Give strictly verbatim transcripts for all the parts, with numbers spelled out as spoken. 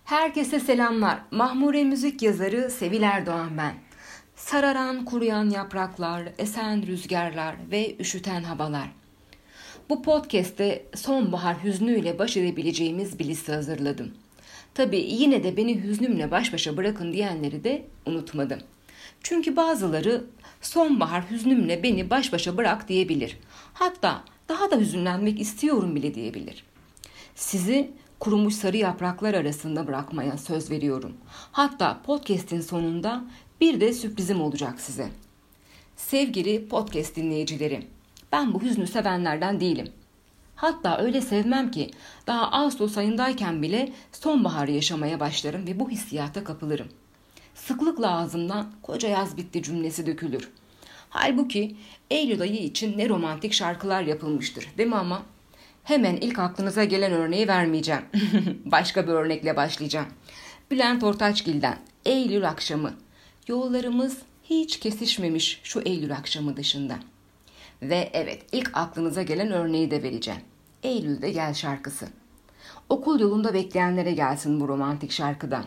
Herkese selamlar. Mahmure müzik yazarı Sevil Erdoğan ben. Sararan kuruyan yapraklar, esen rüzgarlar ve üşüten havalar. Bu podcast'te sonbahar hüznüyle baş edebileceğimiz bir liste hazırladım. Tabii yine de beni hüznümle baş başa bırakın diyenleri de unutmadım. Çünkü bazıları sonbahar hüznümle beni baş başa bırak diyebilir. Hatta daha da hüzünlenmek istiyorum bile diyebilir. Sizi kurumuş sarı yapraklar arasında bırakmaya söz veriyorum. Hatta podcast'in sonunda bir de sürprizim olacak size. Sevgili podcast dinleyicileri, ben bu hüznü sevenlerden değilim. Hatta öyle sevmem ki daha Ağustos ayındayken bile sonbaharı yaşamaya başlarım ve bu hissiyata kapılırım. Sıklıkla ağzımdan koca yaz bitti cümlesi dökülür. Halbuki Eylül ayı için ne romantik şarkılar yapılmıştır, değil mi ama? Hemen ilk aklınıza gelen örneği vermeyeceğim. Başka bir örnekle başlayacağım. Bülent Ortaçgil'den Eylül akşamı. Yollarımız hiç kesişmemiş şu Eylül akşamı dışında. Ve evet, ilk aklınıza gelen örneği de vereceğim. Eylül'de Gel şarkısı. Okul yolunda bekleyenlere gelsin bu romantik şarkıdan.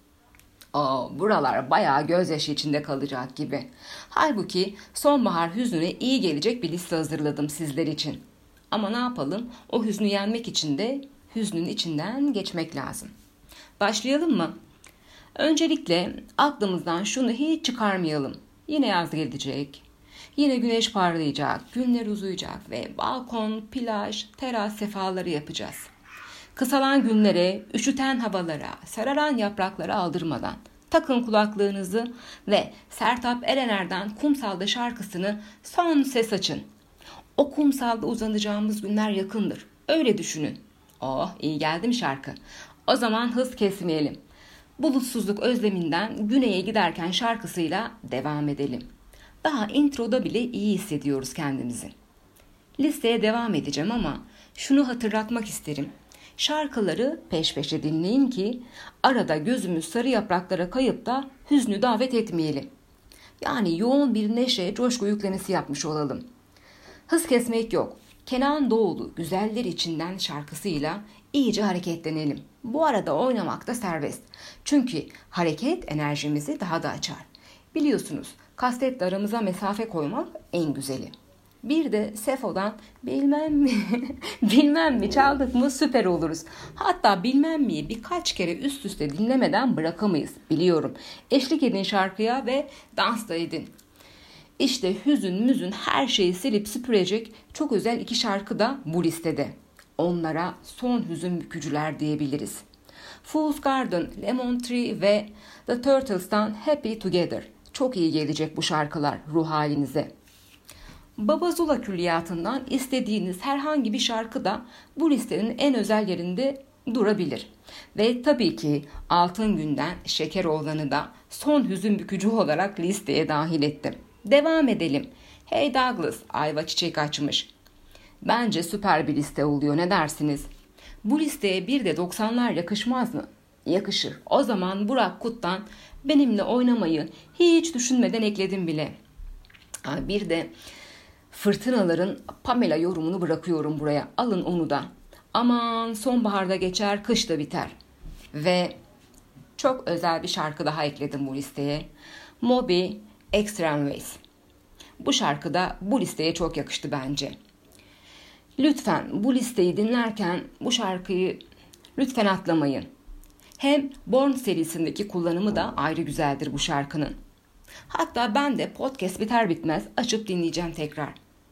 Aa, buralar bayağı gözyaşı içinde kalacak gibi. Halbuki sonbahar hüznüne iyi gelecek bir liste hazırladım sizler için. Ama ne yapalım? O hüznü yenmek için de hüznün içinden geçmek lazım. Başlayalım mı? Öncelikle aklımızdan şunu hiç çıkarmayalım. Yine yaz gelecek. Yine güneş parlayacak, günler uzayacak ve balkon, plaj, teras sefaları yapacağız. Kısalan günlere, üşüten havalara, sararan yapraklara aldırmadan takın kulaklığınızı ve Sertab Erener'den Kumsal'da şarkısını son ses açın. O kumsalda uzanacağımız günler yakındır. Öyle düşünün. Oh, iyi geldi mi şarkı? O zaman hız kesmeyelim. Bulutsuzluk özleminden güneye giderken şarkısıyla devam edelim. Daha introda bile iyi hissediyoruz kendimizi. Listeye devam edeceğim ama şunu hatırlatmak isterim. Şarkıları peş peşe dinleyin ki arada gözümüz sarı yapraklara kayıp da hüznü davet etmeyelim. Yani yoğun bir neşe, coşku yüklemesi yapmış olalım. Hız kesmek yok. Kenan Doğulu Güzeller İçinden şarkısıyla iyice hareketlenelim. Bu arada oynamak da serbest. Çünkü hareket enerjimizi daha da açar. Biliyorsunuz kastetle aramıza mesafe koymak en güzeli. Bir de Sefo'dan bilmem mi, bilmem mi çaldık mı süper oluruz. Hatta bilmem miyi birkaç kere üst üste dinlemeden bırakamayız. Biliyorum. Eşlik edin şarkıya ve dans da edin. İşte hüzün müzün her şeyi silip süpürecek çok özel iki şarkı da bu listede. Onlara son hüzün bükücüler diyebiliriz. Fool's Garden, Lemon Tree ve The Turtles'tan Happy Together. Çok iyi gelecek bu şarkılar ruh halinize. Baba Zula külliyatından istediğiniz herhangi bir şarkı da bu listenin en özel yerinde durabilir. Ve tabii ki Altın Gün'den Şekeroğlan'ı da son hüzün bükücü olarak listeye dahil ettim. Devam edelim. Hey Douglas, ayva çiçek açmış. Bence süper bir liste oluyor, ne dersiniz? Bu listeye bir de doksanlar yakışmaz mı? Yakışır. O zaman Burak Kut'tan benimle oynamayı hiç düşünmeden ekledim bile. Bir de Fırtınaların Pamela yorumunu bırakıyorum buraya. Alın onu da. Aman sonbaharda geçer, kış da biter. Ve çok özel bir şarkı daha ekledim bu listeye. Moby Extreme Ways. Bu şarkı da bu listeye çok yakıştı bence. Lütfen bu listeyi dinlerken bu şarkıyı lütfen atlamayın. Hem Born serisindeki kullanımı da ayrı güzeldir bu şarkının. Hatta ben de podcast biter bitmez açıp dinleyeceğim tekrar.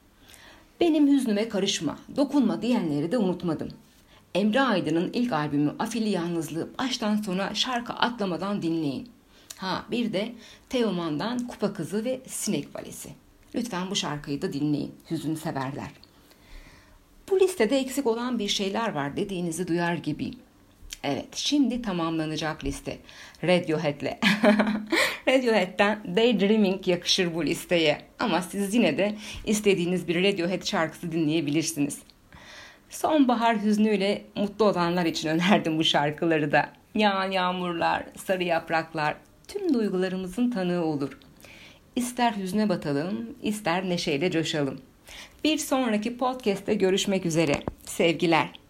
Benim hüznüme karışma, dokunma diyenleri de unutmadım. Emre Aydın'ın ilk albümü Afili Yalnızlığı baştan sona şarkı atlamadan dinleyin. Ha bir de Teoman'dan Kupa Kızı ve Sinek Valesi. Lütfen bu şarkıyı da dinleyin hüzün severler. Bu listede eksik olan bir şeyler var dediğinizi duyar gibiyim. Evet, şimdi tamamlanacak liste. Radiohead'le. Radiohead'den Daydreaming yakışır bu listeye. Ama siz yine de istediğiniz bir Radiohead şarkısı dinleyebilirsiniz. Sonbahar hüznüyle mutlu olanlar için önerdim bu şarkıları da. Yağan yağmurlar, sarı yapraklar tüm duygularımızın tanığı olur. İster hüzne batalım, ister neşeyle coşalım. Bir sonraki podcast'te görüşmek üzere. Sevgiler.